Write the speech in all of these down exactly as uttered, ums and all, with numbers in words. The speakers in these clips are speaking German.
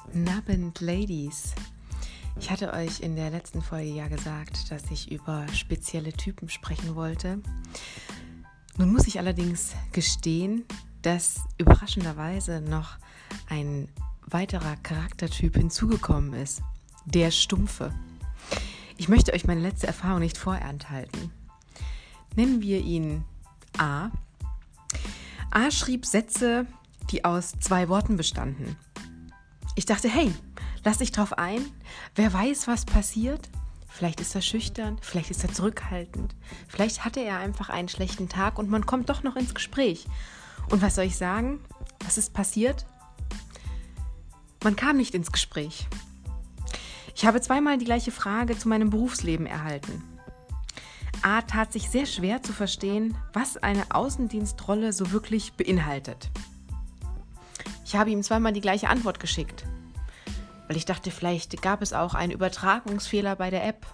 Nabend Ladies. Ich hatte euch in der letzten Folge ja gesagt, dass ich über spezielle Typen sprechen wollte. Nun muss ich allerdings gestehen, dass überraschenderweise noch ein weiterer Charaktertyp hinzugekommen ist. Der Stumpfe. Ich möchte euch meine letzte Erfahrung nicht vorenthalten. Nennen wir ihn A. A schrieb Sätze, die aus zwei Worten bestanden. Ich dachte, hey, lass dich drauf ein. Wer weiß, was passiert? Vielleicht ist er schüchtern, vielleicht ist er zurückhaltend. Vielleicht hatte er einfach einen schlechten Tag und man kommt doch noch ins Gespräch. Und was soll ich sagen? Was ist passiert? Man kam nicht ins Gespräch. Ich habe zweimal die gleiche Frage zu meinem Berufsleben erhalten. A tat sich sehr schwer zu verstehen, was eine Außendienstrolle so wirklich beinhaltet. Ich habe ihm zweimal die gleiche Antwort geschickt, weil ich dachte, vielleicht gab es auch einen Übertragungsfehler bei der App.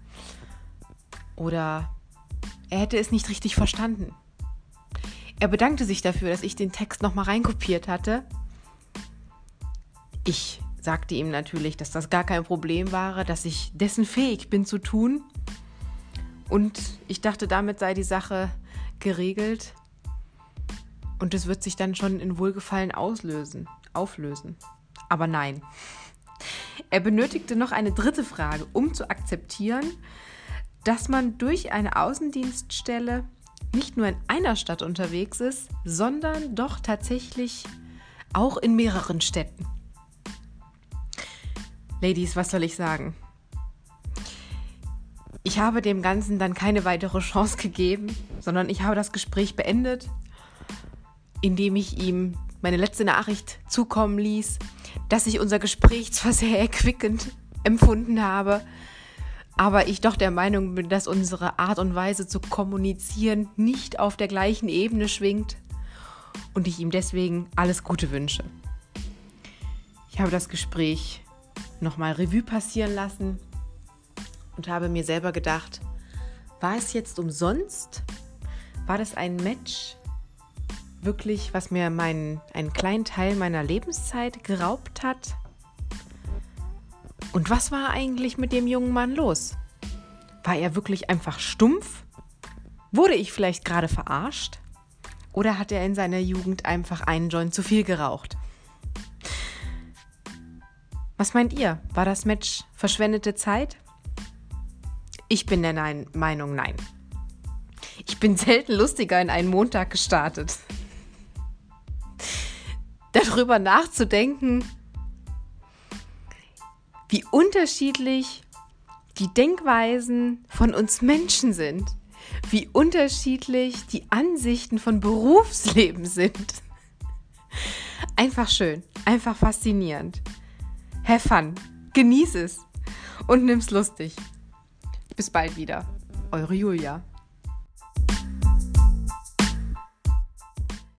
Oder er hätte es nicht richtig verstanden. Er bedankte sich dafür, dass ich den Text nochmal reinkopiert hatte. Ich sagte ihm natürlich, dass das gar kein Problem war, dass ich dessen fähig bin zu tun. Und ich dachte, damit sei die Sache geregelt. Und es wird sich dann schon in Wohlgefallen auslösen, auflösen. Aber nein. Er benötigte noch eine dritte Frage, um zu akzeptieren, dass man durch eine Außendienststelle nicht nur in einer Stadt unterwegs ist, sondern doch tatsächlich auch in mehreren Städten. Ladies, was soll ich sagen? Ich habe dem Ganzen dann keine weitere Chance gegeben, sondern ich habe das Gespräch beendet, indem ich ihm meine letzte Nachricht zukommen ließ, dass ich unser Gespräch zwar sehr erquickend empfunden habe, aber ich doch der Meinung bin, dass unsere Art und Weise zu kommunizieren nicht auf der gleichen Ebene schwingt und ich ihm deswegen alles Gute wünsche. Ich habe das Gespräch nochmal Revue passieren lassen und habe mir selber gedacht, war es jetzt umsonst? War das ein Match, wirklich, was mir meinen, einen kleinen Teil meiner Lebenszeit geraubt hat? Und was war eigentlich mit dem jungen Mann los? War er wirklich einfach stumpf? Wurde ich vielleicht gerade verarscht? Oder hat er in seiner Jugend einfach einen Joint zu viel geraucht? Was meint ihr? War das Match verschwendete Zeit? Ich bin der Nein- Meinung, nein. Ich bin selten lustiger in einen Montag gestartet. Darüber nachzudenken, wie unterschiedlich die Denkweisen von uns Menschen sind, wie unterschiedlich die Ansichten von Berufsleben sind. Einfach schön, einfach faszinierend. Have fun, genieß es und nimm's lustig. Bis bald wieder, eure Julia.